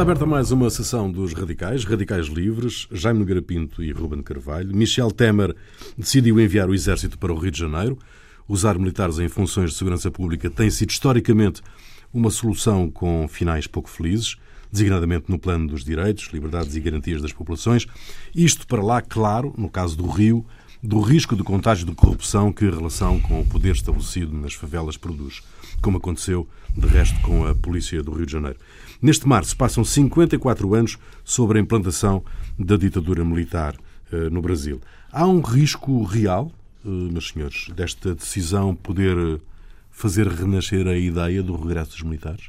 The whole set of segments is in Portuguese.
Está aberta mais uma sessão dos Radicais Livres, Jaime Nogueira Pinto e Ruben Carvalho. Michel Temer decidiu enviar o Exército para o Rio de Janeiro. Usar militares em funções de segurança pública tem sido historicamente uma solução com finais pouco felizes, designadamente no plano dos direitos, liberdades e garantias das populações. Isto para lá, claro, no caso do Rio, do risco de contágio de corrupção que a relação com o poder estabelecido nas favelas produz, como aconteceu, de resto, com a Polícia do Rio de Janeiro. Neste março passam 54 anos sobre a implantação da ditadura militar no Brasil. Há um risco real, meus senhores, desta decisão poder fazer renascer a ideia do regresso dos militares?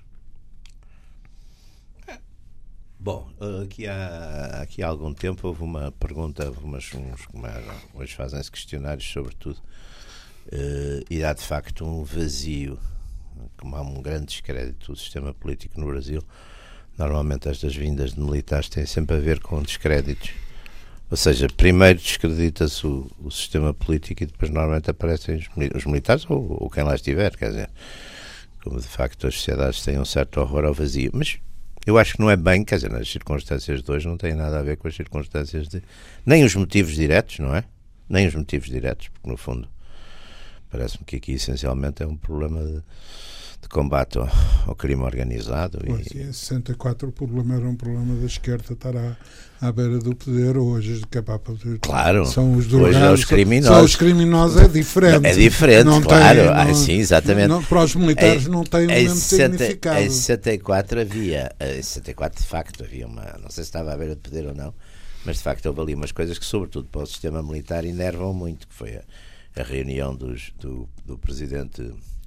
Bom, aqui há algum tempo houve uma pergunta, hoje fazem-se questionários sobre tudo, e há de facto um vazio, como há um grande descrédito do sistema político no Brasil. Normalmente estas vindas de militares têm sempre a ver com descréditos, ou seja, primeiro descredita-se o sistema político e depois normalmente aparecem os militares ou quem lá estiver, quer dizer, como de facto as sociedades têm um certo horror ao vazio. Mas eu acho que não é bem, quer dizer, nas circunstâncias de hoje não tem nada a ver com as circunstâncias nem os motivos diretos, não é? Nem os motivos diretos, porque no fundo parece-me que aqui essencialmente é um problema de combate ao crime organizado. Pois, e em 64 o problema era um problema da esquerda estar à beira do poder. Hoje claro, são os drogados, hoje é os criminosos. São os criminosos, é diferente. É diferente, não claro. Sim, exatamente. Para os militares não tem o mesmo significado. Em 64 de facto havia uma, não sei se estava à beira do poder ou não, mas de facto houve ali umas coisas que sobretudo para o sistema militar enervam muito, que foi a reunião do presidente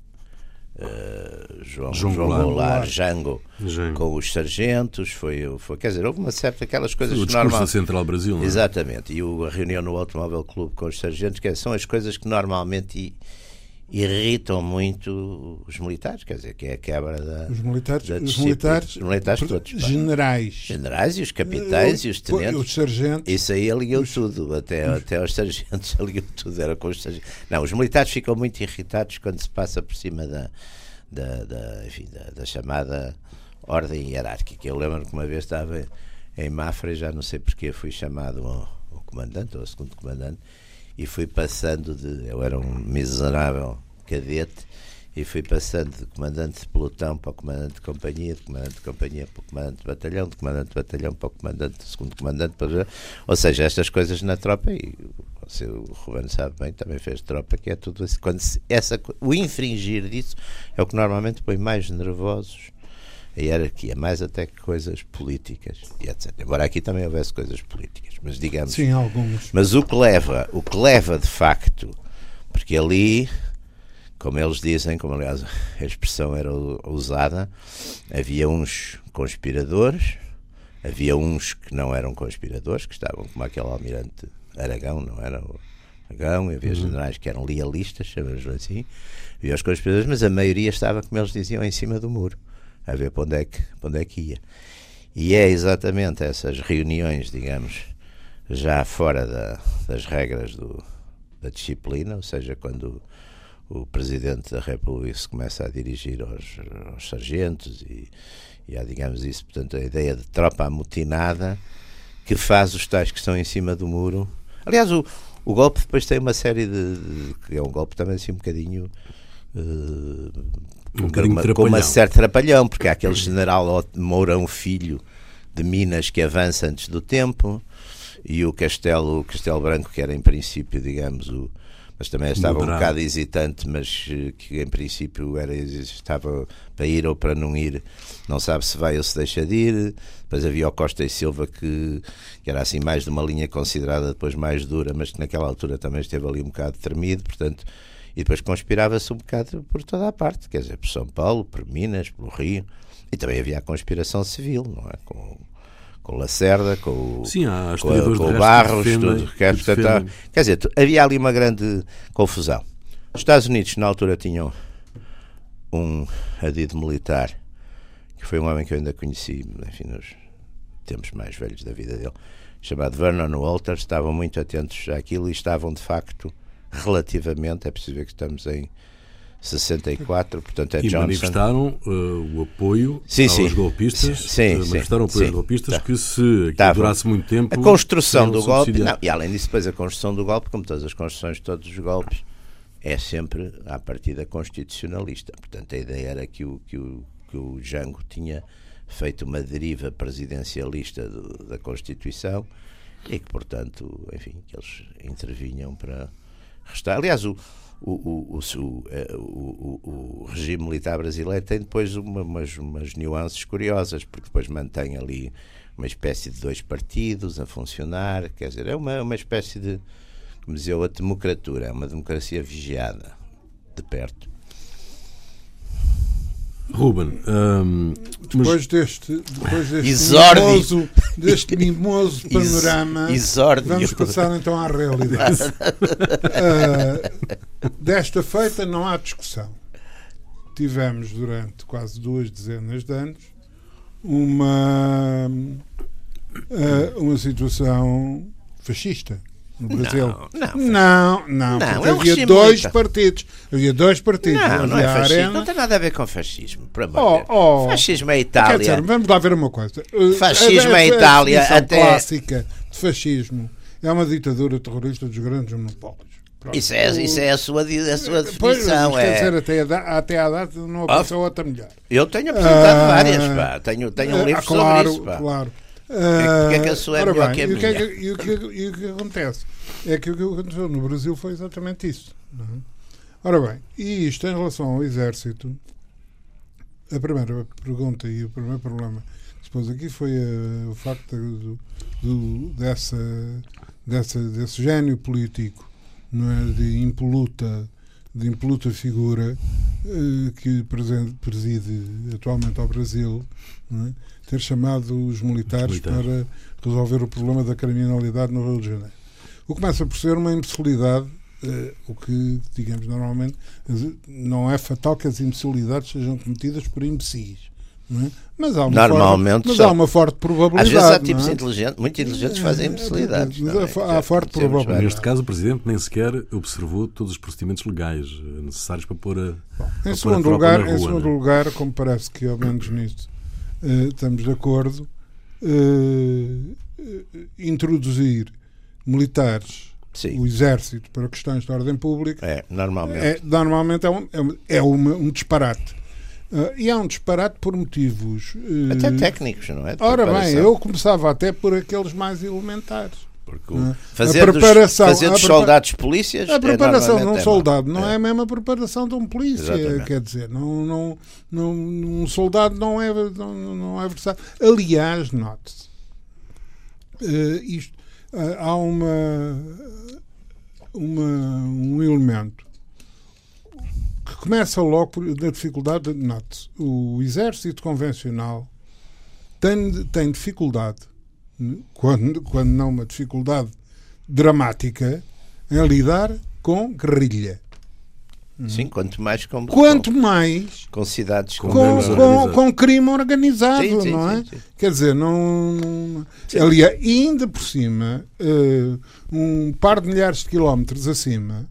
João Goulart, Jango, com os sargentos, quer dizer, houve uma certa, aquelas coisas que normalmente... O discurso da Central Brasil, não é? Exatamente, e a reunião no Automóvel Clube com os sargentos, que são as coisas que normalmente irritam muito os militares, quer dizer, que é a quebra da... Os militares todos. Generais e os capitães e os tenentes. Os sargentos. Isso aí aliou tudo, até os sargentos aliou tudo, era com os sargentos. Não, os militares ficam muito irritados quando se passa por cima da chamada ordem hierárquica. Eu lembro que uma vez estava em Mafra e já não sei porque fui chamado ao comandante, ou ao segundo comandante, e fui passando eu era um miserável cadete, e fui passando de comandante de pelotão para o comandante de companhia, de comandante de companhia para o comandante de batalhão para o comandante, segundo comandante, ou seja, estas coisas na tropa, e o Ruben sabe bem, também fez tropa, que é tudo assim, o infringir disso é o que normalmente põe mais nervosos a hierarquia, mais até que coisas políticas e etc. Embora aqui também houvesse coisas políticas, mas digamos... Sim, algumas. Mas o que leva de facto, porque ali, como eles dizem, como aliás a expressão era usada, havia uns conspiradores, havia uns que não eram conspiradores, que estavam como aquele almirante Aragão, não era o Aragão, havia generais que eram lealistas, chamamos assim, havia os conspiradores, mas a maioria estava, como eles diziam, em cima do muro, a ver para onde é que ia. E é exatamente essas reuniões, digamos, já fora das regras da disciplina, ou seja, quando o Presidente da República se começa a dirigir aos sargentos e há, digamos isso, portanto, a ideia de tropa amotinada que faz os tais que estão em cima do muro. Aliás, o golpe depois tem uma série que é um golpe também assim um bocadinho... com uma certa trapalhão, porque há aquele general Mourão Filho de Minas que avança antes do tempo, e o Castelo Branco, que era em princípio, digamos, mas também estava um bocado hesitante, mas que em princípio estava para ir ou para não ir, não sabe se vai ou se deixa de ir. Depois havia o Costa e Silva, que era assim mais de uma linha considerada depois mais dura, mas que naquela altura também esteve ali um bocado tremido, portanto. E depois conspirava-se um bocado por toda a parte, quer dizer, por São Paulo, por Minas, pelo Rio, e também havia a conspiração civil, não é? Com o Lacerda, com o Barros, tudo. Quer dizer, havia ali uma grande confusão. Os Estados Unidos, na altura, tinham um adido militar, que foi um homem que eu ainda conheci, enfim, nos tempos mais velhos da vida dele, chamado Vernon Walters. Estavam muito atentos àquilo e estavam, de facto, relativamente, é preciso ver que estamos em 64, portanto é e Johnson. Manifestaram o apoio aos golpistas, manifestaram apoio aos golpistas que se durasse muito tempo... A construção do golpe, não, e além disso depois a construção do golpe, como todas as construções de todos os golpes, é sempre à partida constitucionalista. Portanto a ideia era que o Jango tinha feito uma deriva presidencialista da Constituição e que, portanto, enfim, que eles intervinham para restar. Aliás, o regime militar brasileiro tem depois umas nuances curiosas, porque depois mantém ali uma espécie de 2 partidos a funcionar, quer dizer, é uma espécie de, como dizia, a democratura, é uma democracia vigiada de perto. Ruben, depois deste mimoso panorama, vamos passar então à realidade. Desta feita não há discussão. Tivemos durante quase 2 dezenas de anos uma situação fascista no Brasil. Não, porque havia 2 partidos. Havia 2 partidos. Não é fascismo. Não tem nada a ver com fascismo. Fascismo é a Itália. Quer dizer, vamos lá ver uma coisa. Fascismo é a Itália. A clássica de fascismo é uma ditadura terrorista dos grandes monopólios. Isso é a sua definição. Quer dizer, até à data não apareceu outra melhor. Eu tenho apresentado várias. Tenho um livro sobre isso. Claro. Porque é que a sua é melhor que a minha? E o que acontece? É que o que aconteceu no Brasil foi exatamente isso. Não é? Ora bem, e isto em relação ao Exército, a primeira pergunta e o primeiro problema que se pôs aqui foi o facto desse gênio político, não é, de impoluta figura que preside atualmente ao Brasil, não é, ter chamado os militares para resolver o problema da criminalidade no Rio de Janeiro. O que começa por ser uma imbecilidade, o que, digamos, normalmente não é fatal que as imbecilidades sejam cometidas por imbecis. Não é? Mas há uma forte probabilidade. Às vezes há tipos muito inteligentes que fazem imbecilidades. Há forte probabilidade. Neste caso, o Presidente nem sequer observou todos os procedimentos legais necessários para pôr Em segundo lugar, como parece que ao menos nisso estamos de acordo, introduzir militares, o Exército, para questões de ordem pública normalmente é um disparate. E é um disparate por motivos até técnicos, não é? Ora bem, eu começava até por aqueles mais elementares. Porque fazer dos soldados polícias, a preparação de um soldado não é a mesma preparação de um polícia. Exatamente. Quer dizer, um soldado não é versátil. Aliás, note-se, há um elemento que começa logo da dificuldade. Note-se, o Exército convencional tem dificuldade, quando não uma dificuldade dramática, em lidar com guerrilha. Sim, quanto mais com cidades com crime organizado, sim, não é? Sim. Quer dizer, aliás, ainda por cima, um par de milhares de quilómetros acima,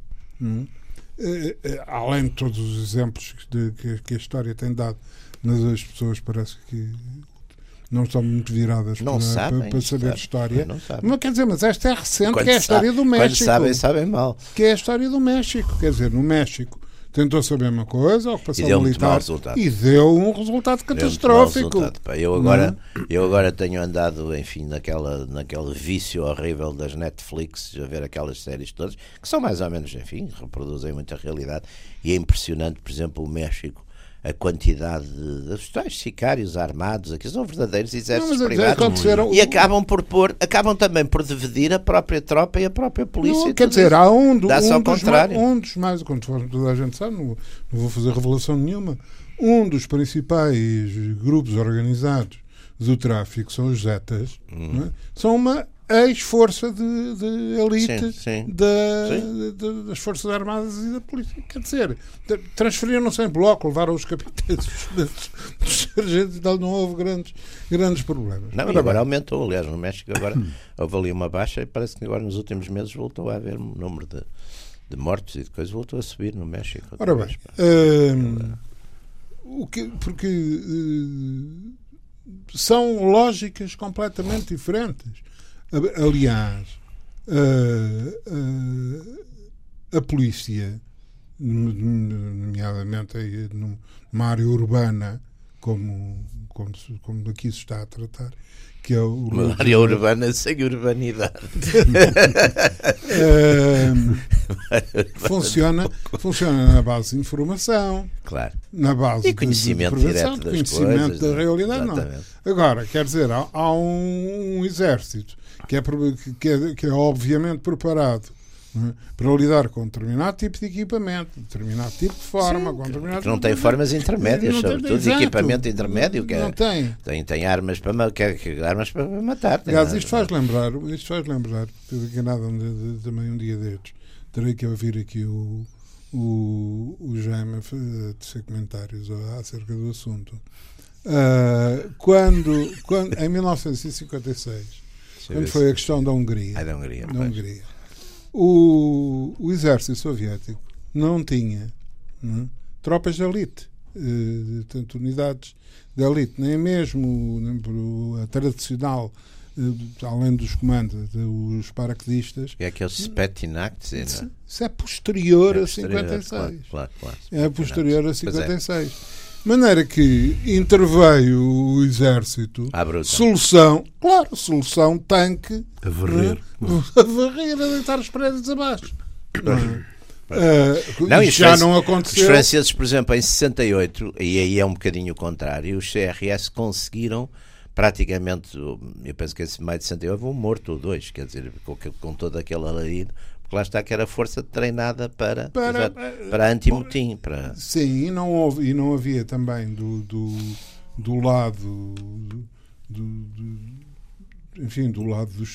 além de todos os exemplos que a história tem dado, mas as pessoas parece que não estão muito viradas para saber de história. Mas quer dizer, mas esta é recente, que é a história do México. Quando sabem mal. Que é a história do México. Quer dizer, no México tentou-se a mesma coisa, a ocupação militar, e deu um resultado catastrófico. Eu agora tenho andado, enfim, naquele vício horrível das Netflix, a ver aquelas séries todas, que são mais ou menos, enfim, reproduzem muita realidade, e é impressionante, por exemplo, o México, a quantidade de tais sicários armados, aqui são verdadeiros exércitos privados, e acabam também por dividir a própria tropa e a própria polícia. Quer dizer, há um dos mais, conforme toda a gente sabe, não vou fazer revelação nenhuma, um dos principais grupos organizados do tráfico são os Zetas, não é? São uma ex-força de elite das Forças Armadas e da Polícia. Quer dizer, transferiram-se em bloco, levaram os capitães dos sargentos e tal, não houve grandes problemas. Não, e agora aumentou, aliás, no México agora houve ali uma baixa e parece que agora nos últimos meses voltou a haver um número de mortos e de coisas, voltou a subir no México. Ora bem, porque são lógicas completamente diferentes. Aliás, a polícia, nomeadamente numa área urbana, como aqui se está a tratar, que é uma área urbana sem urbanidade. Funciona na base de informação, claro, na base e conhecimento de prevenção, direto conhecimento coisas, da realidade. exatamente. Não. Agora, quer dizer, há um exército que é obviamente preparado, não é, para lidar com determinado tipo de equipamento, determinado tipo de forma, sim, com determinado que não tem formas intermédias, não sobretudo tem, equipamento intermédio, que não tem armas para matar. Aliás, isto faz lembrar, porque nada, também um dia destes, terei que ouvir aqui o Jaime a tecer comentários acerca do assunto. Quando em 1956, quando foi a questão da Hungria, o exército soviético não tinha tropas de elite, tanto unidades de elite, nem mesmo a tradicional, além dos comandos, os paraquedistas. É aquele Spetsnaz, isso é posterior a 56. Claro. É posterior a 56. De maneira que interveio o exército, solução tanque, a varrer, a deitar os prédios abaixo. Não aconteceu. Os franceses, por exemplo, em 68, e aí é um bocadinho o contrário, os CRS conseguiram praticamente, eu penso que em maio de 68 houve um morto ou dois, quer dizer, com todo aquele alarido, porque lá está que era força treinada para anti-motim. Sim, e não havia também do lado do lado dos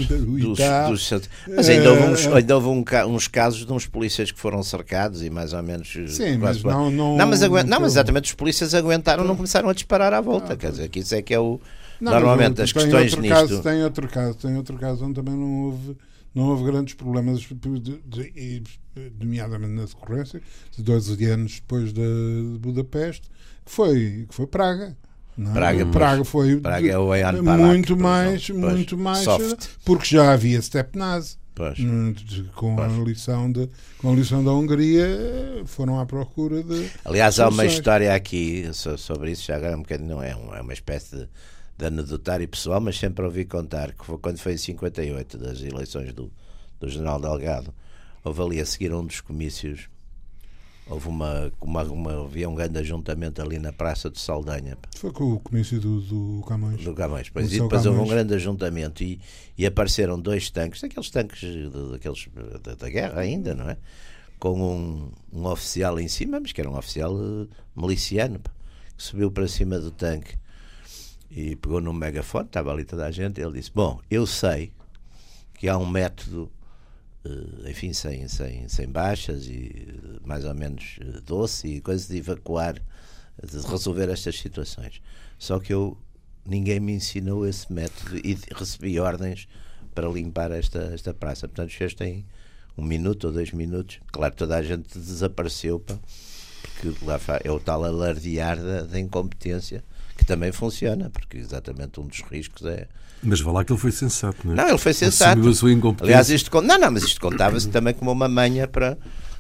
mas ainda houve uns casos de uns polícias que foram cercados e mais ou menos. Sim, mas mas exatamente, os polícias aguentaram, não começaram a disparar à volta. Quer dizer, que isso é que é o. Normalmente as questões nisto. Tem outro caso onde também não houve grandes problemas, nomeadamente na decorrência de 12 anos depois de Budapeste, que foi Praga. Praga foi muito mais soft, porque já havia Stepnazi. Com a lição da Hungria, foram à procura de. Aliás, há uma história aqui sobre isso, já agora um bocadinho, não é uma espécie de anedotário pessoal, mas sempre ouvi contar que foi quando foi em 58 das eleições do General Delgado, houve ali a seguir um dos comícios. Houve havia um grande ajuntamento ali na Praça de Saldanha. Foi com o comício do Camões. E depois houve um grande ajuntamento e apareceram dois tanques, daqueles tanques da guerra ainda, não é? Com um oficial em cima, mas que era um oficial miliciano, que subiu para cima do tanque e pegou num megafone, estava ali toda a gente, e ele disse: bom, eu sei que há um método, enfim, sem baixas e mais ou menos doce e coisas de evacuar, de resolver estas situações. Só que ninguém me ensinou esse método e recebi ordens para limpar esta praça. Portanto, os senhores têm 1 minuto ou 2 minutos. Claro, toda a gente desapareceu, porque lá é o tal alardear da incompetência, que também funciona, porque exatamente um dos riscos é. Mas vá lá que ele foi sensato, não é? Não, ele foi sensato. A sua incompetência. Aliás, mas isto contava-se também como uma manha para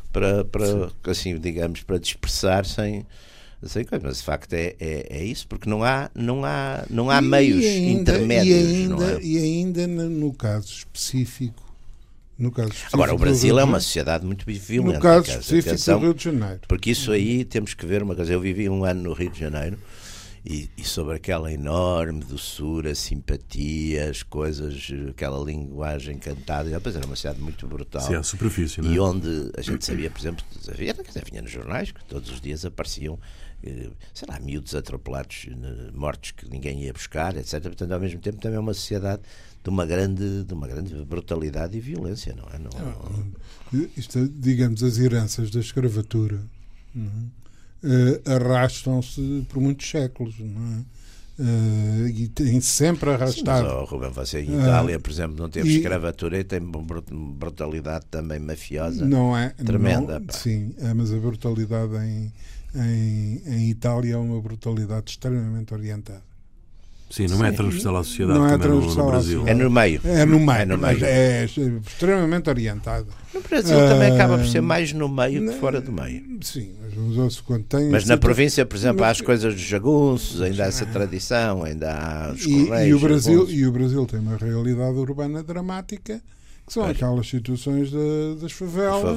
assim, digamos, para dispersar sem coisa. Mas de facto é isso, porque não há meios intermédios. E ainda no caso específico. Agora, o Brasil é uma sociedade muito violenta. No caso específico do Rio de Janeiro. Porque isso aí temos que ver uma coisa. Eu vivi 1 ano no Rio de Janeiro. E sobre aquela enorme doçura, simpatia, as coisas, aquela linguagem cantada, depois era uma cidade muito brutal. Sim, a superfície, não é? E onde a gente sabia, por exemplo, vinha nos jornais, que todos os dias apareciam, sei lá, miúdos atropelados, mortos que ninguém ia buscar, etc. Portanto, ao mesmo tempo, também é uma sociedade de uma grande brutalidade e violência, não é? Isto, digamos, as heranças da escravatura, não é? Arrastam-se por muitos séculos, não e tem sempre arrastado. Sim, mas, Ruben, você em Itália, por exemplo, não teve escravatura e tem brutalidade também mafiosa. Não é tremenda. Não, sim, mas a brutalidade em Itália é uma brutalidade extremamente orientada. Sim, não é transversal à sociedade, não é também transversal no à Brasil. sociedade. É no meio. É extremamente orientada. No Brasil também acaba por ser mais no meio que fora do meio. Sim, mas quando tem... Mas na província, por exemplo, há as coisas dos jagunços, ainda há essa tradição, ainda há os e o Brasil tem uma realidade urbana dramática, que são aquelas situações das favelas,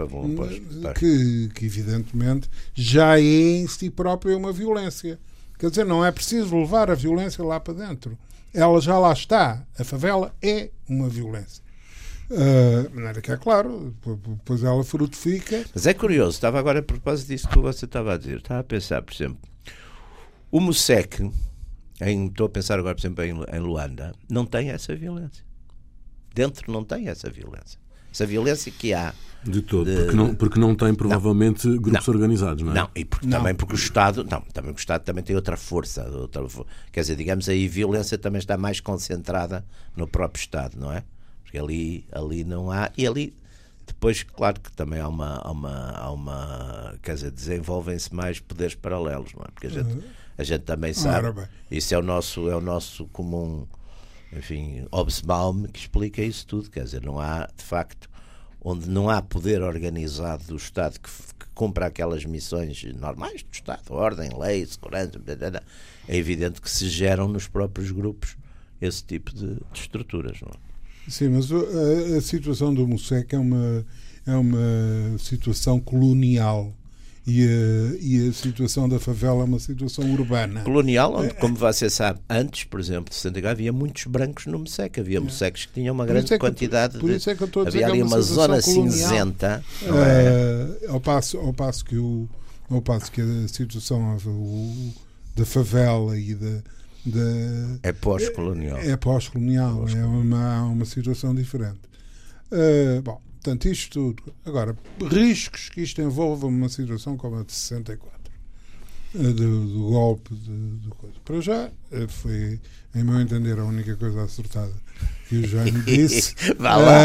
que evidentemente já é em si própria uma violência. Quer dizer, não é preciso levar a violência lá para dentro. Ela já lá está. A favela é uma violência. De maneira que é claro, depois ela frutifica. Mas é curioso, estava agora a propósito disso que você estava a dizer. Estava a pensar, por exemplo, o Moseque, estou a pensar agora, por exemplo, em Luanda, não tem essa violência. Dentro não tem essa violência. Essa violência que há. De todo, porque não tem provavelmente grupos organizados, não é? Não, e também porque o Estado também tem outra força, quer dizer, digamos aí, a violência também está mais concentrada no próprio Estado, não é? Porque ali não há, e ali depois, claro que também há uma quer dizer, desenvolvem-se mais poderes paralelos, não é? Porque a gente também sabe, isso é o nosso comum, enfim, Hobsbawm, que explica isso tudo, quer dizer, não há, de facto, onde não há poder organizado do Estado que cumpra aquelas missões normais do Estado, ordem, lei, segurança, é evidente que se geram nos próprios grupos esse tipo de estruturas, não é? Sim, mas a situação do Moseque é uma situação colonial. E a situação da favela é uma situação urbana. Colonial, onde, como você sabe, antes, por exemplo, de 64, havia muitos brancos no Moseque. Havia Moseques que tinham uma grande quantidade por isso é que eu estou a dizer havia ali uma zona colonial. cinzenta. Ao passo que a situação da favela e é pós-colonial. É pós-colonial. É uma situação diferente. Bom, portanto, isto tudo. Agora, riscos que isto envolva uma situação como a de 64, do golpe de coisa. Para já, foi, em meu entender, a única coisa acertada que o Jaime disse. Vá lá.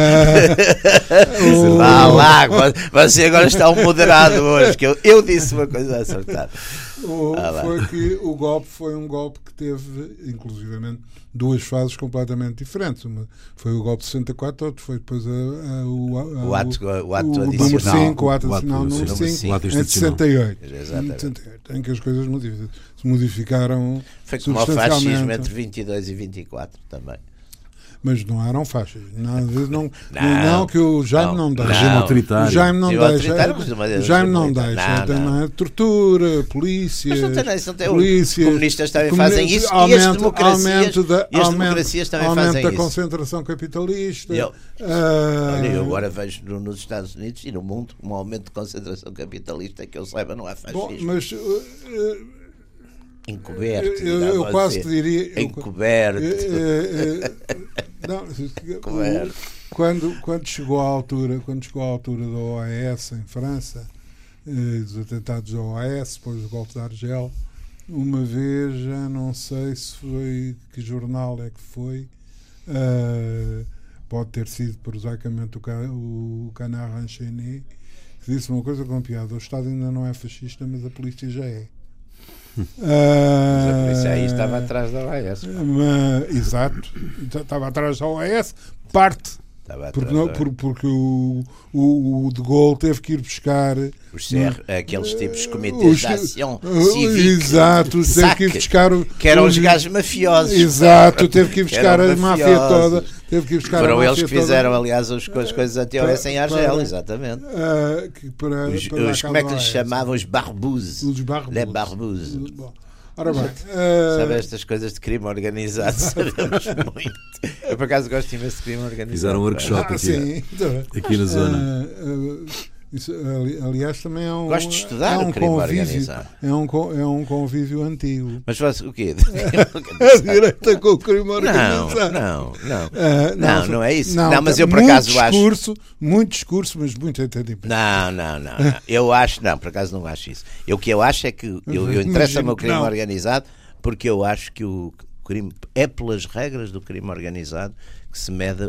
Vá lá. Você agora está um moderado hoje, que eu disse uma coisa acertada. Foi que o golpe foi um golpe que teve, inclusivamente, duas fases completamente diferentes. Uma foi o golpe de 64, outro foi depois o ato número 5, o ato adicional número 5, em 68. Exatamente. Em que as coisas se modificaram. Foi como o fascismo entre 22 e 24 também. Mas não eram faixas. Não, que o Jaime não deixa. Regime autoritário. O Jaime não deixa. O Jaime não deixa. Tortura, polícia. Mas não tem. Os comunistas também fazem isso. E as democracias também fazem isso. Aumento da concentração capitalista. Eu agora vejo nos Estados Unidos e no mundo um aumento de concentração capitalista, que eu saiba, não há fascismo. Bom, mas encoberto. Eu quase te diria. Encoberto. Quando chegou à altura da OAS em França, dos atentados da OAS, depois do golpe de Argel, uma vez, já não sei se foi, que jornal é que foi, pode ter sido prosaicamente o Canard Enchaîné, que disse uma coisa com piada: o Estado ainda não é fascista, mas a polícia já é. Mas a polícia aí estava atrás da OAS. Exato, estava atrás da OAS, porque o de Gaulle teve que ir buscar aqueles tipos de comitês de ação cívica. Exato, teve que ir buscar que eram os gajos mafiosos. Exato, teve que ir buscar a máfia toda. Foram eles que fizeram, aliás, as coisas anti-OAS em Argel, exatamente. Como é que lhes chamavam? Os Barbuses. Les Barbuses. Ora bem, sabe, estas coisas de crime organizado sabemos muito. Eu por acaso gosto imenso de crime organizado. Fizeram um workshop aqui na zona. Isso, aliás, também é um. Gosto de estudar o crime organizado. É um convívio antigo. Mas faz o quê? A direita com o crime organizado. Não é isso. Não, mas eu por acaso acho. Muito discurso, mas muito entendimento. Não. Eu acho, por acaso não acho isso. O que eu acho é que eu interessa-me o crime organizado porque eu acho que o crime é pelas regras do crime organizado que se mede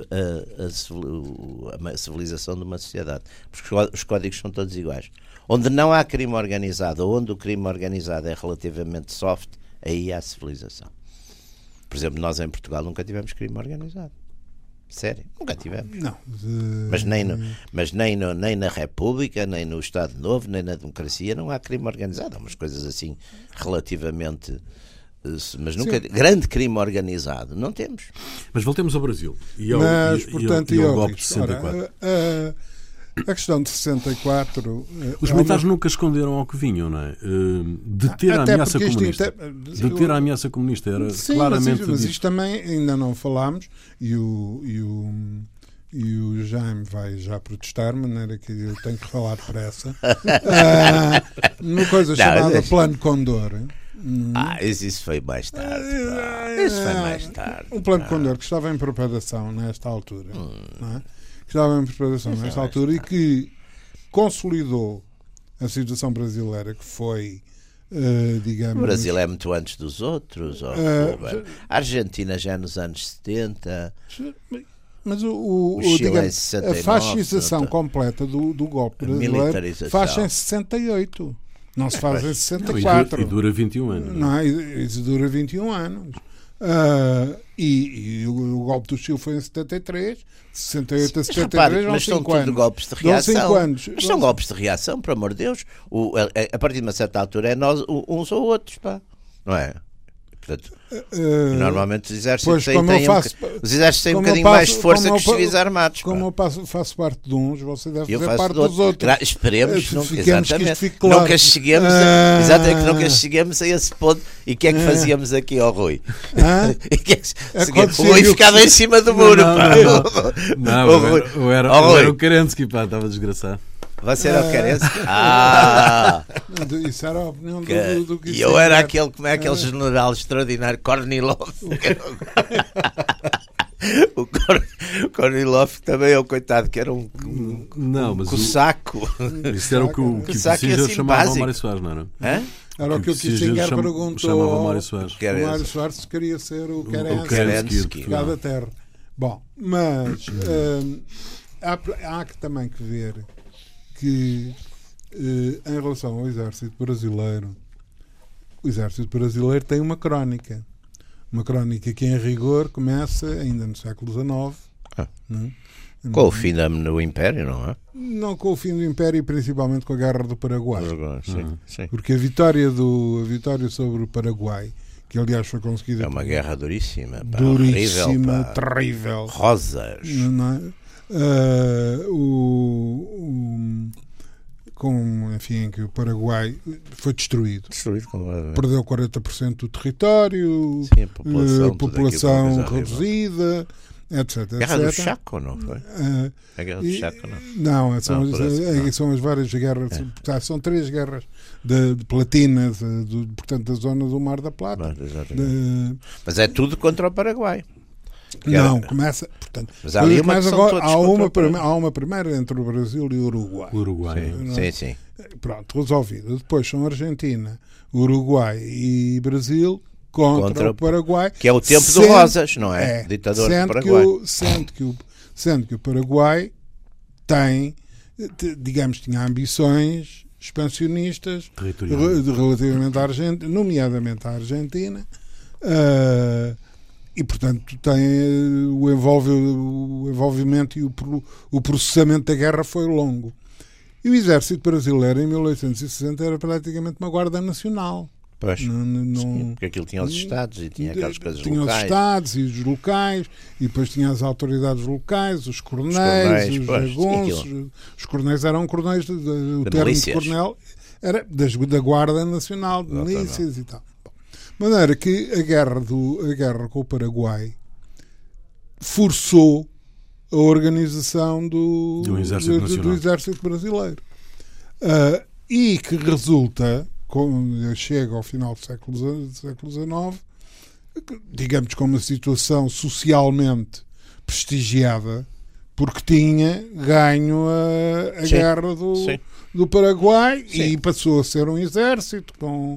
a civilização de uma sociedade, porque os códigos são todos iguais. Onde não há crime organizado, ou onde o crime organizado é relativamente soft, aí há civilização. Por exemplo, nós em Portugal nunca tivemos crime organizado. Sério, nunca tivemos. Não. Mas nem na República, nem no Estado Novo, nem na democracia não há crime organizado. Há umas coisas assim relativamente... Mas nunca... Grande crime organizado, não temos. Mas voltemos ao Brasil. E ao golpe de 64. A questão de 64... Os militares nunca esconderam ao que vinham, não é? Deter a ameaça comunista. Deter a ameaça comunista era claramente... Mas isto também ainda não falámos, e o Jaime vai já protestar, de maneira que eu tenho que falar depressa. Uma coisa chamada Plano Condor. Isso foi mais tarde. Isso foi mais tarde. Um Plano Condor que estava em preparação nesta altura. Não é? Que estava em preparação nesta altura e que consolidou a situação brasileira, que foi, digamos... O Brasil é muito antes dos outros. A Argentina já nos anos 70... Mas digamos, a fascização completa do golpe brasileiro faz em 68. Não se faz em 64. Não, e dura 21 anos. Não, isso dura 21 anos. E o golpe do Chile foi em 73, 68 a 73, mas são tudo golpes de reação. Mas são golpes de reação, por amor de Deus. A partir de uma certa altura é nós uns ou outros, pá. Não é? Portanto, normalmente os exércitos têm um bocadinho mais de força que os civis armados. Como eu faço parte de uns, você deve fazer parte dos outros. Esperemos exatamente. Nunca cheguemos a esse ponto. E o que é que fazíamos aqui ao Rui? O Rui ficava em cima do muro. Eu era o Kerensky, pá, estava desgraçado. Você era o Kerensky? Isso era a opinião do que... E eu era aquele general extraordinário, Kornilov. O Kornilov também é o coitado, que era um cossaco. Isso era o que o Kissinger chamava o Mário Soares, não era? Era o que o Kissinger perguntou ao Mário Soares. O Mário Soares se queria ser o Kerensky da terra. Bom, mas há também que ver que em relação ao exército brasileiro, o exército brasileiro tem uma crónica que em rigor começa ainda no século XIX. Com o fim do Império, não é? Não com o fim do Império e principalmente com a Guerra do Paraguai. Sim. Porque a vitória sobre o Paraguai, que aliás foi conseguida... É uma guerra duríssima. Terrível. Rosas. Não é? Enfim, que o Paraguai foi destruído perdeu 40% do território. Sim, a população reduzida, etc. Guerra do Chaco, não foi? A Guerra do Chaco, não? Não, são as várias guerras. São 3 guerras de platinas, portanto, da zona do Mar da Plata. Mas é tudo contra o Paraguai. Não, começa. Portanto, mas há uma primeira entre o Brasil e o Uruguai. Sim. Pronto, resolvido. Depois são Argentina, Uruguai e Brasil contra o Paraguai. Que é o tempo do Rosas, não é? Ditador do Paraguai. Sendo que o Paraguai tem, digamos, tinha ambições expansionistas relativamente à Argentina, nomeadamente à Argentina. E, portanto, tem o envolvimento e o processamento da guerra foi longo. E o exército brasileiro, em 1860, era praticamente uma guarda nacional. Pois, sim, porque aquilo tinha os estados e tinha aquelas coisas locais. Tinha os estados e os locais, e depois tinha as autoridades locais, os coronéis, os jagunços. Os coronéis eram coronéis, o termo de coronel era da Guarda Nacional, de milícias e tal. De maneira que a guerra com o Paraguai forçou a organização do exército brasileiro. E que resulta, chega ao final do século XIX, digamos, com uma situação socialmente prestigiada, porque tinha ganho a guerra do Paraguai. Sim. E passou a ser um exército com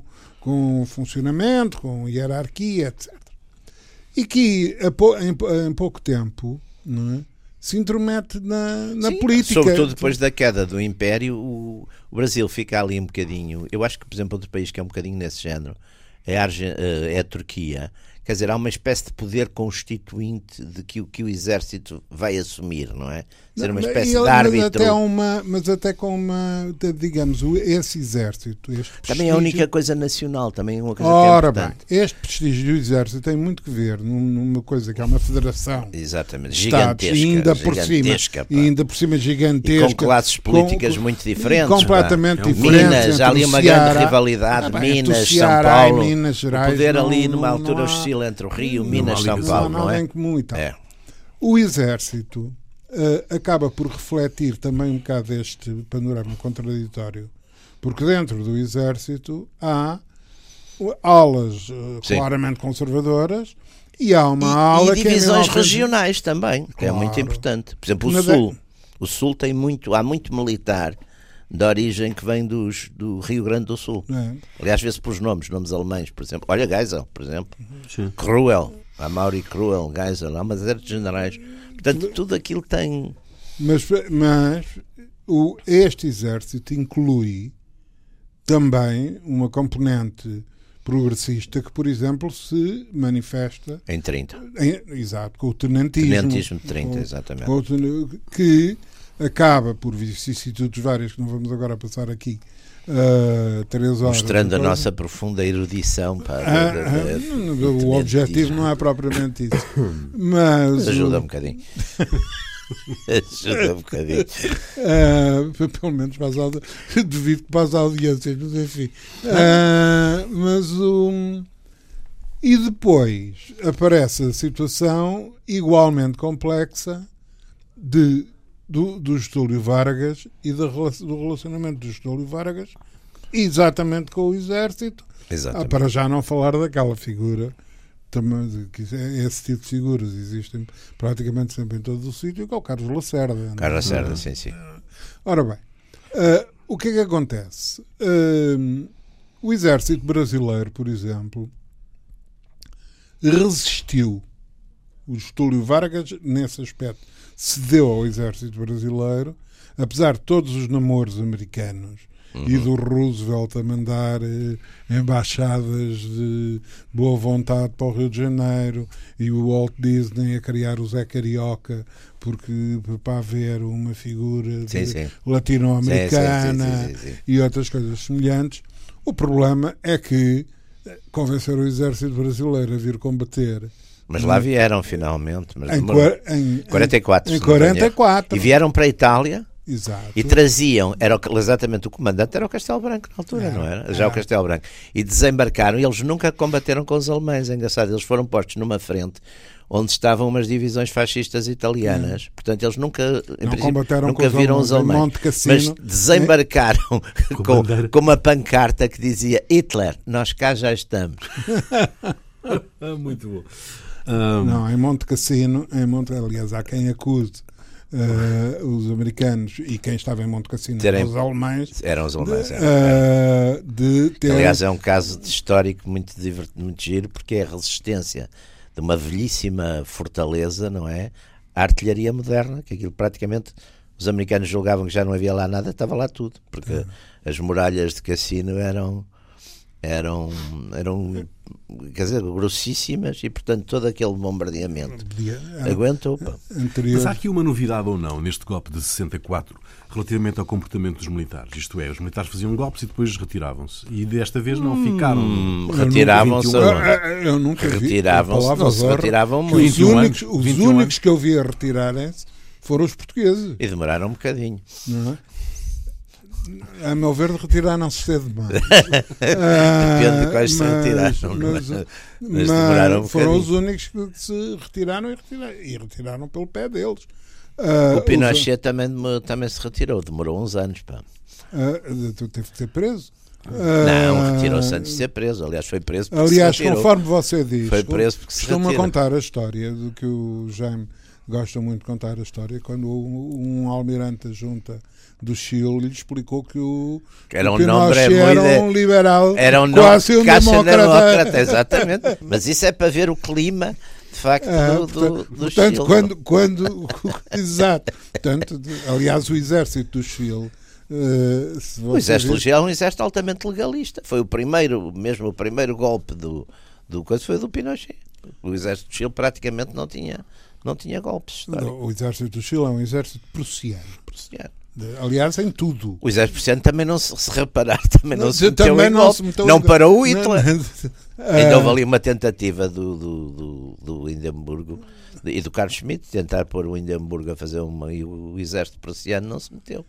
com funcionamento, com hierarquia, etc. E que em pouco tempo, não é, se intromete na política. Sobretudo depois da queda do Império, o Brasil fica ali um bocadinho. Eu acho que, por exemplo, outro país que é um bocadinho nesse género é a Turquia. Quer dizer, há uma espécie de poder constituinte de que o exército vai assumir, não é? Ser uma espécie de árbitro. Mas até com uma, digamos, esse exército. Também é a única coisa nacional, também é uma coisa Ora que é importante. bem, este prestígio do exército tem muito que ver numa coisa que é uma federação. Exatamente, gigantesca. E ainda por cima gigantesca. E com classes políticas muito diferentes. Completamente diferentes. Minas, há ali uma grande rivalidade. Minas, São Paulo. Minas Gerais, o poder ali numa altura oscila entre o Rio, Minas, São Paulo, não é? Comum e tal. O exército acaba por refletir também um bocado este panorama contraditório, porque dentro do exército há alas claramente conservadoras e há uma ala e divisões regionais também, que é muito importante. Por exemplo, o Sul. O Sul tem há muito militar de origem que vem do Rio Grande do Sul. Aliás, vê-se pelos nomes alemães, por exemplo. Olha, Geisel, por exemplo. Sim. Cruel, a Mauri Cruel, Geisel, há uma série de generais. Portanto, tudo aquilo tem... Mas este exército inclui também uma componente progressista que, por exemplo, se manifesta... Em 30. Exato, com o tenentismo. Tenentismo de 30, exatamente. Que acaba por vicissitudes várias, que não vamos agora passar aqui 3 horas. Mostrando a nossa profunda erudição. O objetivo não é propriamente isso. Mas ajuda um bocadinho. Ajuda um bocadinho. Pelo menos duvido que para as audiências, mas enfim. E depois aparece a situação igualmente complexa do Getúlio Vargas e do relacionamento do Getúlio Vargas exatamente com o exército. Exatamente. Para já não falar daquela figura também, que esse tipo de figuras existem praticamente sempre em todo o sítio, que é o Carlos Lacerda. Carlos Lacerda, sim. Ora bem, o que é que acontece? O exército brasileiro, por exemplo, resistiu. O Getúlio Vargas, nesse aspecto, cedeu ao exército brasileiro, apesar de todos os namoros americanos e do Roosevelt a mandar embaixadas de boa vontade para o Rio de Janeiro e o Walt Disney a criar o Zé Carioca para haver uma figura latino-americana e outras coisas semelhantes. O problema é que convencer o exército brasileiro a vir combater. Mas lá vieram finalmente, mas em 44. Em 44. E vieram para a Itália. Exato. E traziam, exatamente o comandante era o Castelo Branco na altura, não era? Já o Castelo Branco. E desembarcaram, e eles nunca combateram com os alemães, é engraçado, eles foram postos numa frente onde estavam umas divisões fascistas italianas. Portanto, eles nunca viram os alemães. Mas desembarcaram com uma pancarta que dizia: Hitler, nós cá já estamos. Muito bom. Não, em Monte Cassino, aliás, há quem acuse os americanos e quem estava em Monte Cassino eram os alemães. Aliás, é um caso histórico muito giro, porque é a resistência de uma velhíssima fortaleza, não é? A artilharia moderna, que aquilo praticamente os americanos julgavam que já não havia lá nada, estava lá tudo, porque as muralhas de Cassino eram quer dizer, grossíssimas, e portanto todo aquele bombardeamento aguentou. Mas há aqui uma novidade ou não neste golpe de 64 relativamente ao comportamento dos militares, isto é, os militares faziam golpes e depois retiravam-se, e desta vez não ficaram. Retiravam-se. Eu nunca vi. Retiravam-se, não se retiravam muito. Os únicos que eu vi a retirarem-se foram os portugueses. E demoraram um bocadinho. Não é? A meu ver, retiraram-se cedo demais. Depende de quais se retiraram. Mas demoraram um foram os únicos que se retiraram e retiraram pelo pé deles. O Pinochet também se retirou, demorou uns anos. Teve que ser preso. Não, retirou-se antes de ser preso. Aliás, foi preso porque aliás, se retirou. Conforme você diz, foi preso porque se retirou. Estou-me a contar a história do que o Jaime gosta muito de contar a história, quando um almirante junta do Chile lhe explicou que o Pinochet era um liberal, era um quase um demócrata. Exatamente. Mas isso é para ver o clima, de facto, do Chile. Exato. Portanto, aliás, o exército do Chile... o exército do Chile é um exército altamente legalista. Foi o primeiro golpe foi do Pinochet. O exército do Chile praticamente não tinha golpes. O exército do Chile é um exército prussiano. Aliás, em tudo. O exército prussiano também não se reparar, também não se meteu também em golpe. Não parou o Hitler. Ainda houve ali uma tentativa do Hindenburgo e do Carl Schmitt tentar pôr o Hindenburgo a fazer e o exército prussiano não se meteu.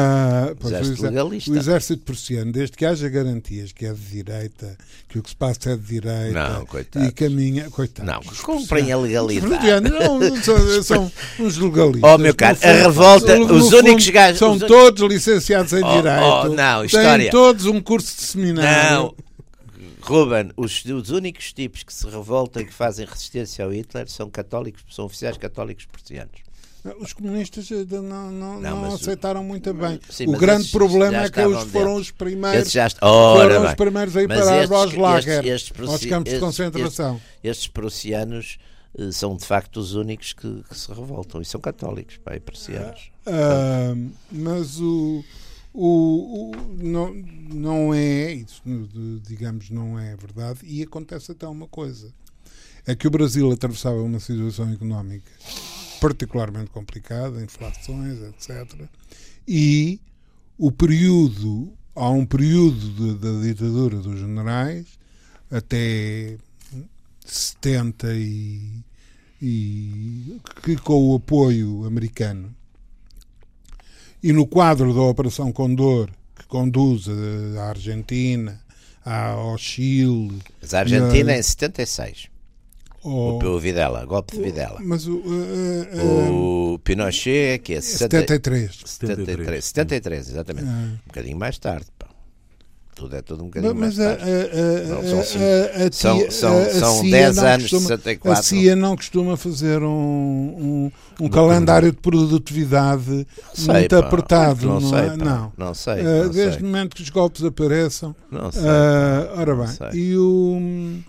O exército prussiano, desde que haja garantias que é de direita, que o que se passa é de direita e caminha, coitado. Não, cumprem a legalidade. São uns legalistas. Oh, meu caro, a revolta, os únicos gajos... São todos licenciados em direito. Não, história. Têm todos um curso de seminário. Não. Ruben, os únicos tipos que se revoltam e que fazem resistência ao Hitler são católicos, são oficiais católicos prussianos. Os comunistas não aceitaram muito bem. Sim, o grande problema é que eles foram os primeiros, os primeiros a ir parar aos lagers, aos campos de concentração. Estes prussianos são de facto os únicos que se revoltam e são católicos, e prussianos. Mas não é isso, digamos, não é verdade. E acontece até uma coisa, é que o Brasil atravessava uma situação económica particularmente complicada, inflações, etc. E há um período da ditadura dos generais até 70 e que, com o apoio americano e no quadro da Operação Condor, que conduz à Argentina, ao Chile... Mas a Argentina é em 76. O Videla, golpe de Videla. Mas o Pinochet, que é 73, exatamente. Um bocadinho mais tarde. Tudo é tudo um bocadinho mais tarde. São 10 anos, 64. A CIA não costuma fazer um calendário de produtividade muito apertado. Não sei. Desde o momento que os golpes apareçam. Não sei. Ora bem,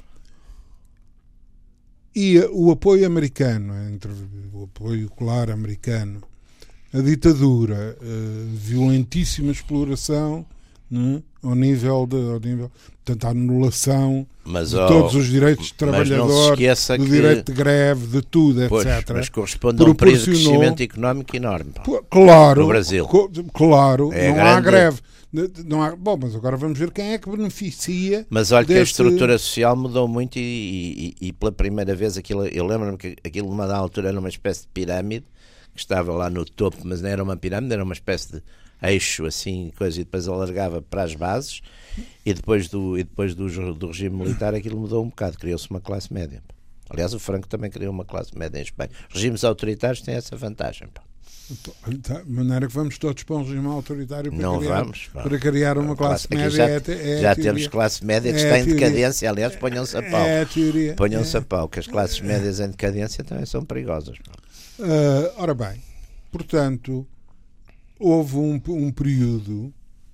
e o apoio americano, o apoio claro americano, a ditadura, violentíssima exploração, né, ao nível, portanto, a anulação de todos os direitos de trabalhador, do direito de greve, de tudo, etc. Mas corresponde a um período de crescimento económico enorme. Claro, no Brasil. Claro, não há greve. Bom, mas agora vamos ver quem é que beneficia. Mas olha que a estrutura social mudou muito e pela primeira vez eu lembro-me que aquilo numa altura era uma espécie de pirâmide que estava lá no topo, mas não era uma pirâmide, era uma espécie de eixo assim, coisa, e depois alargava para as bases e depois do regime militar aquilo mudou um bocado, criou-se uma classe média. Aliás, o Franco também criou uma classe média em Espanha. Regimes autoritários têm essa vantagem. De maneira que vamos todos para um regime autoritário para para criar uma classe média. Já temos classe média que está em decadência. Aliás, ponham-se a pau. Ponham-se a pau, que as classes médias em decadência também são perigosas. Ora bem, portanto, houve um período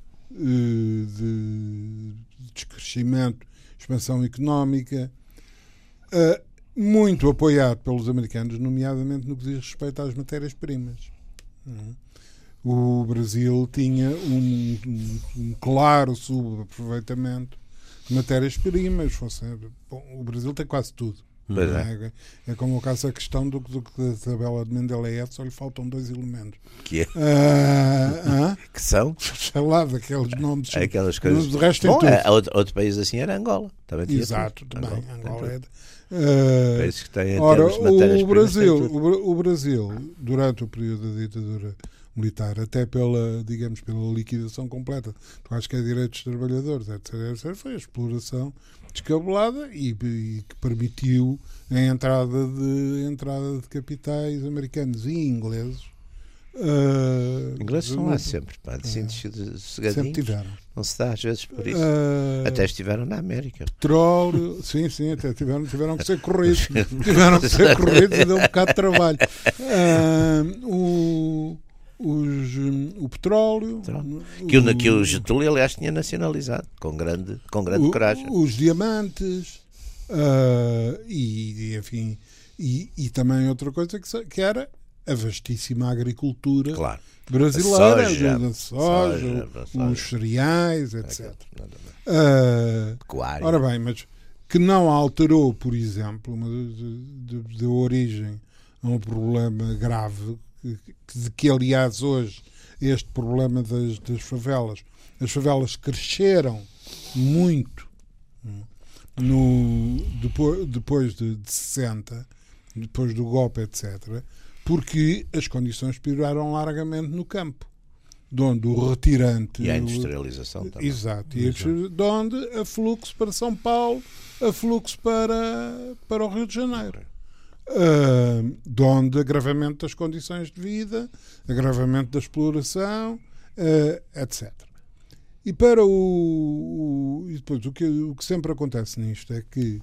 de descrescimento, expansão económica, muito apoiado pelos americanos, nomeadamente no que diz respeito às matérias-primas. O Brasil tinha um claro subaproveitamento de matérias-primas. O Brasil tem quase tudo. É como o caso da questão do que da tabela de Mendeleev, só lhe faltam 2 elementos. Que é? Que são? Sei lá, daqueles nomes. Aquelas coisas. Do resto tem tudo. Outro país assim era Angola. Exato, também. Angola é. Países que têm o Brasil, durante o período da ditadura militar, até pela liquidação completa, acho que é direitos dos trabalhadores, etc., foi a exploração descabelada e que permitiu a entrada de capitais americanos e ingleses Ingleses são lá sempre, pá, assim, sossegadinhos. Sempre tiveram. Não se dá às vezes por isso. Até estiveram na América. Petróleo, sim, até tiveram que ser corridos. Tiveram que ser corridos e deu um bocado de trabalho. O petróleo. Que o Getúlio, aliás, tinha nacionalizado com grande coragem. Os diamantes e enfim. E também outra coisa que era a vastíssima agricultura brasileira, a soja, os cereais, etc. Ora bem, mas que não alterou, por exemplo, deu origem a um problema grave, que aliás hoje este problema das favelas. As favelas cresceram muito depois de 60, depois do golpe, etc., porque as condições pioraram largamente no campo, de onde o retirante... E a industrialização também. Exato. De onde a fluxo para São Paulo, a fluxo para o Rio de Janeiro. De onde agravamento das condições de vida, agravamento da exploração, etc. E para e depois o que sempre acontece nisto é que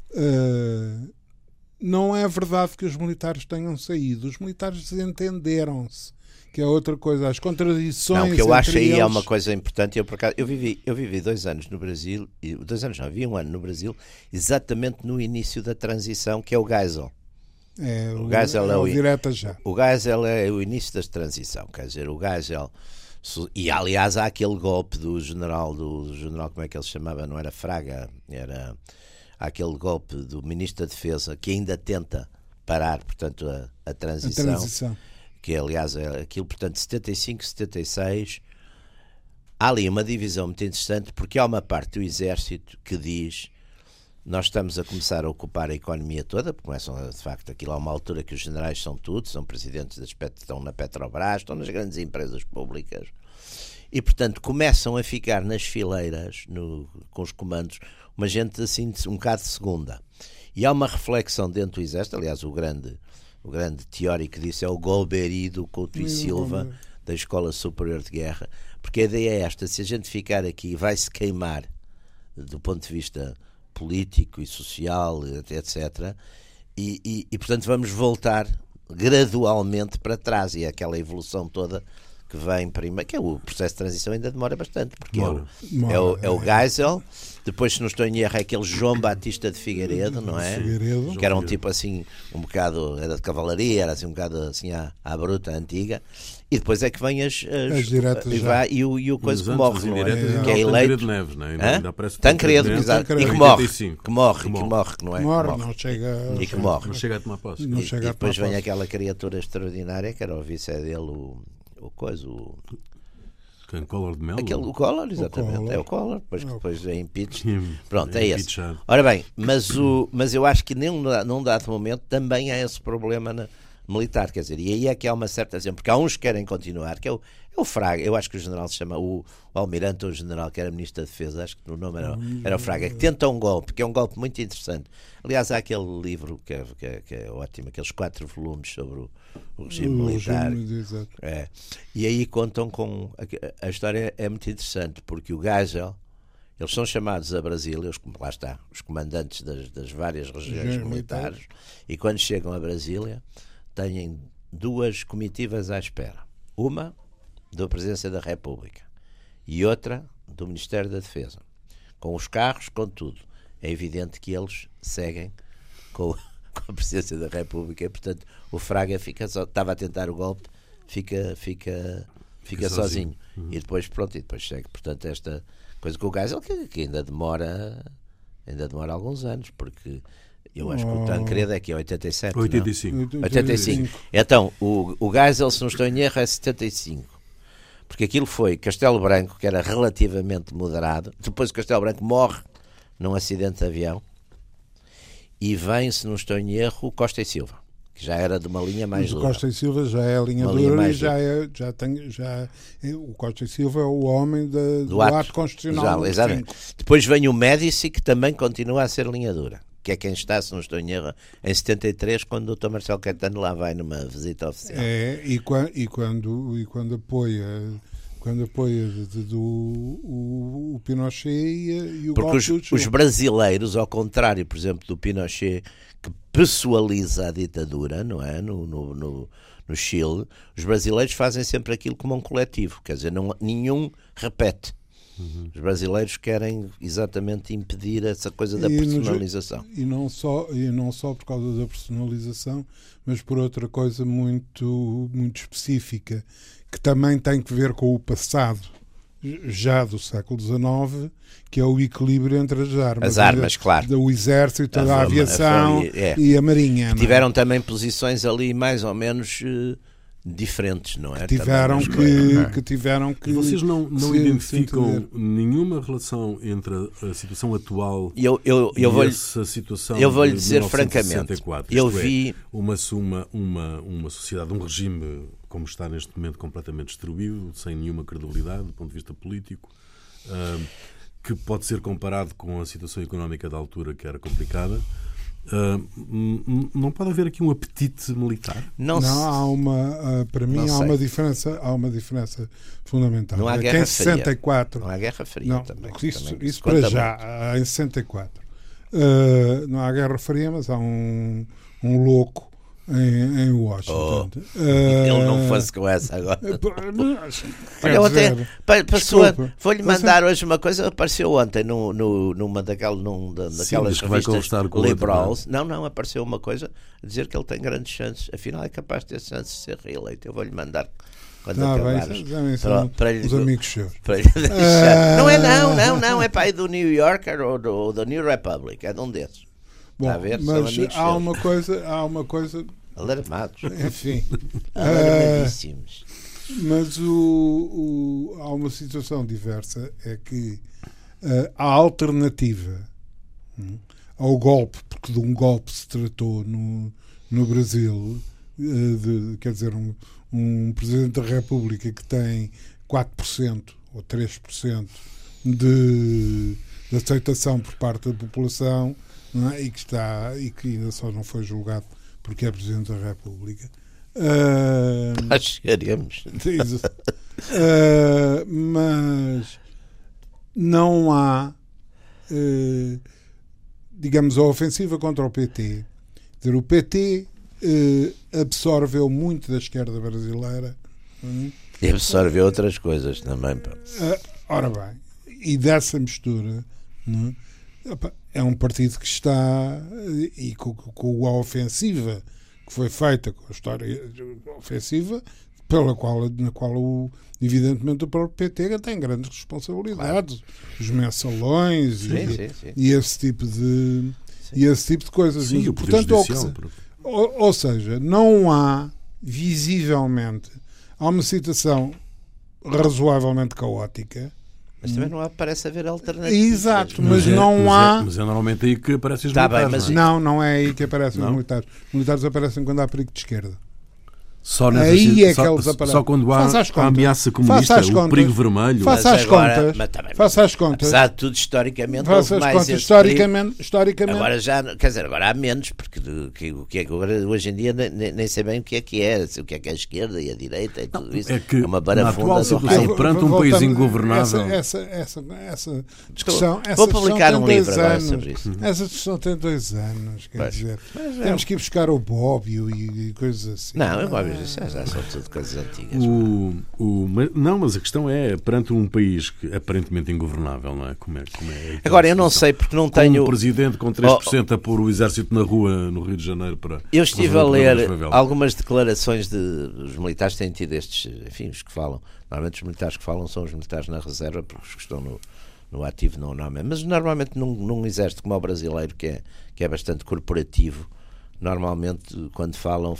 não é verdade que os militares tenham saído. Os militares desentenderam-se, que é outra coisa. As contradições. Não, o que eu acho aí é uma coisa importante. Eu vivi 2 anos no Brasil, 2 anos não, vivi 1 ano no Brasil, exatamente no início da transição, que é o Geisel. O Geisel é o direta já. O Geisel é o início da transição, quer dizer, o Geisel. E aliás há aquele golpe do general, como é que ele se chamava? Não era Fraga, era aquele golpe do Ministro da Defesa que ainda tenta parar, portanto, a transição. Que aliás é aquilo, portanto, 75, 76. Há ali uma divisão muito interessante, porque há uma parte do exército que diz: nós estamos a começar a ocupar a economia toda, porque começam de facto aquilo a uma altura que os generais são tudo, são presidentes estão na Petrobras, estão nas grandes empresas públicas, e portanto começam a ficar nas fileiras com os comandos uma gente assim um bocado de segunda. E há uma reflexão dentro do exército, aliás o grande teórico disso é o Golbery do Couto e Silva, da Escola Superior de Guerra, porque a ideia é esta: se a gente ficar aqui vai-se queimar do ponto de vista político e social, etc. E portanto vamos voltar gradualmente para trás, e aquela evolução toda que vem primeiro, que é o processo de transição, ainda demora bastante, porque é o Geisel, depois, se não estou em erro, é aquele João Batista de Figueiredo, não é? Que era um tipo assim, um bocado, era de cavalaria, era assim um bocado assim à bruta, antiga, e depois é que vem as diretas e o coisa que morre, não é? Que é eleito. De Neves, não é? Tancredo, exato, e que morre, não é? Morre, não chega. E que morre. Não chega a tomar posse. E depois vem aquela criatura extraordinária, que era o vice dele, o Collor de Mello? O Collor, exatamente. É o Collor, depois é impeachment. Pronto, é esse. Ora bem, mas eu acho que num dado momento também há esse problema militar, quer dizer, e aí é que há uma certa exemplo, porque há uns que querem continuar, que é o Fraga. Eu acho que o general se chama o almirante ou o general, que era ministro da Defesa, acho que o nome era o Fraga, que tenta um golpe, que é um golpe muito interessante. Aliás, há aquele livro que é ótimo, aqueles 4 volumes sobre o regime militar. E aí contam com a história é muito interessante, porque o Geisel, eles são chamados a Brasília, lá está, os comandantes das várias regiões militares, e quando chegam a Brasília têm 2 comitivas à espera, uma da Presidência da República e outra do Ministério da Defesa, com os carros, com tudo. É evidente que eles seguem com a Presidência da República, e portanto o Fraga estava a tentar o golpe, fica sozinho. E depois segue, portanto, esta coisa com o Geisel, que ainda demora alguns anos, porque eu acho que o Tancredo é que é 87. 85. Então, o Geisel, se não estou em erro, é 75. Porque aquilo foi Castelo Branco, que era relativamente moderado. Depois o Castelo Branco morre num acidente de avião. E vem, se não estou em erro, o Costa e Silva, que já era de uma linha mais dura. O Costa e Silva já é a linha dura e o Costa e Silva é o homem do ato constitucional. Exatamente. Depois vem o Médici, que também continua a ser linha dura. que é quem está, se não estou em erro, em 73, quando o Dr. Marcelo Caetano lá vai numa visita oficial. E quando apoia o Pinochet e o golpe do Chile. Os brasileiros, ao contrário, por exemplo, do Pinochet, que pessoaliza a ditadura, não é? No Chile, os brasileiros fazem sempre aquilo como um coletivo, quer dizer, nenhum repete. Os brasileiros querem exatamente impedir essa coisa da personalização. E não só por causa da personalização, mas por outra coisa muito, muito específica, que também tem que ver com o passado já do século XIX, que é o equilíbrio entre as armas. As armas, claro. Do exército, da aviação e a marinha. Que tiveram também posições ali mais ou menos diferentes, não é? Que tiveram que... E vocês não identificam nenhuma relação entre a situação atual e essa situação eu vou-lhe dizer 1964? Francamente, eu vi uma sociedade, um regime como está neste momento completamente destruído, sem nenhuma credibilidade do ponto de vista político, que pode ser comparado com a situação económica da altura, que era complicada. Não pode haver aqui um apetite militar? Para mim há uma diferença fundamental. Não há Guerra Fria. 64. Não há Guerra Fria também. Isso para já, em 64. Não há Guerra Fria, mas há um louco em Washington. Ele não fosse com essa agora. Vou-lhe mandar hoje uma coisa, apareceu ontem numa daquelas revistas liberais. Não, apareceu uma coisa a dizer que ele tem grandes chances, afinal é capaz de ter chances de ser reeleito. Eu vou-lhe mandar quando acabares. Para os amigos seus. Não, é pai do New Yorker ou do New Republic, é de um desses. Bom, mas há uma coisa alarmados. Enfim. Alarmadíssimos. Mas há uma situação diversa, é que a alternativa ao golpe, porque de um golpe se tratou no Brasil, quer dizer, um Presidente da República que tem 4% ou 3% de aceitação por parte da população, não é? e que ainda só não foi julgado porque é Presidente da República. Nós chegaremos. Mas não há, digamos, a ofensiva contra o PT. O PT absorveu muito da esquerda brasileira. E absorveu outras coisas também. Ora bem, e dessa mistura, não é um partido que está, e com a ofensiva que foi feita, com a história ofensiva, na qual evidentemente o próprio PT tem grandes responsabilidades, claro. Os mensalões e esse tipo de coisas. Sim, mas, portanto, ou seja, não há visivelmente, há uma situação razoavelmente caótica. Mas também não parece haver alternativas. Exato, mas não há... Mas é normalmente aí que aparecem os militares. Não é aí que aparecem os militares. Os militares aparecem quando há perigo de esquerda. Só que eles aparecem. Só quando há a ameaça comunista, o perigo vermelho. Faça as contas. Apesar de tudo, historicamente, faça as contas. Historicamente. Agora já, quer dizer, agora há menos, porque o que é que agora, hoje em dia nem sei bem o que é, o que é a esquerda e a direita e tudo isso. É que uma barafunda na atual situação, perante um país ingovernável. Essa discussão. Vou publicar um livro agora sobre isso. Essa discussão tem 2 anos, quer dizer. Temos que ir buscar o Bobbio e coisas assim. Não, o Bobbio já são tudo coisas antigas. Não, mas a questão é, perante um país que aparentemente ingovernável, não é? Como é agora, eu não sei, porque não tenho... um presidente com 3% a pôr o exército na rua no Rio de Janeiro para... Eu estive a ler algumas declarações dos militares, têm tido estes, enfim, os que falam. Normalmente os militares que falam são os militares na reserva, porque os que estão no ativo não é. Mas normalmente num exército como o brasileiro, que é bastante corporativo, normalmente quando falam.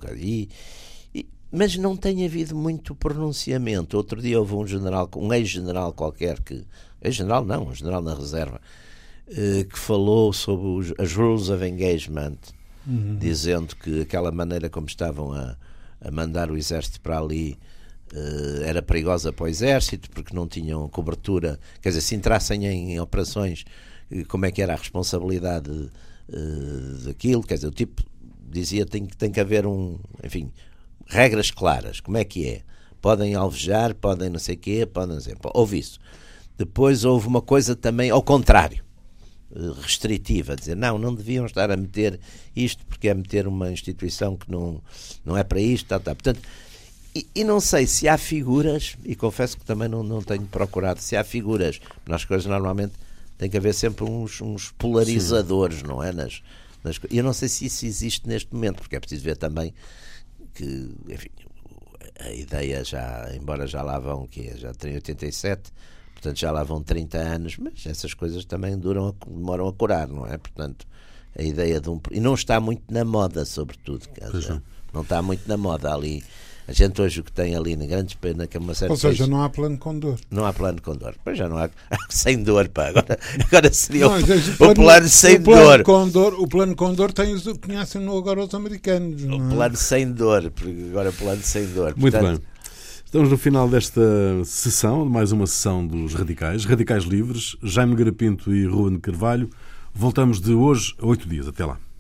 Mas não tem havido muito pronunciamento. Outro dia houve um ex-general qualquer um general na reserva, que falou sobre as rules of engagement, dizendo que aquela maneira como estavam a mandar o exército para ali era perigosa para o exército, porque não tinham cobertura. Quer dizer, se entrassem em operações, como é que era a responsabilidade daquilo, quer dizer, o tipo dizia tem que haver regras claras, como é que é? Podem alvejar, podem não sei o quê, podem não sei, houve isso. Depois houve uma coisa também ao contrário, restritiva, dizer não deviam estar a meter isto porque é meter uma instituição que não é para isto, portanto, e não sei se há figuras, e confesso que também não tenho procurado, se há figuras, nas coisas normalmente tem que haver sempre uns polarizadores, sim, não é? E eu não sei se isso existe neste momento, porque é preciso ver também que, enfim, a ideia embora já lá vão, já tem 87, portanto já lá vão 30 anos, mas essas coisas também demoram a curar, não é? Portanto, a ideia e não está muito na moda, sobretudo, não está muito na moda ali. A gente hoje o que tem ali na grande pena que é uma certa. Ou seja, não há plano Condor. Não há plano Condor. Pois já não há. Sem dor, pá. Agora seria o plano sem dor. O plano Condor conhecem-no agora os americanos. O plano sem dor. Agora o plano sem dor. Muito bem. Estamos no final desta sessão, mais uma sessão dos Radicais. Radicais Livres, Jaime Nogueira Pinto e Ruben Carvalho. Voltamos de hoje a 8 dias. Até lá.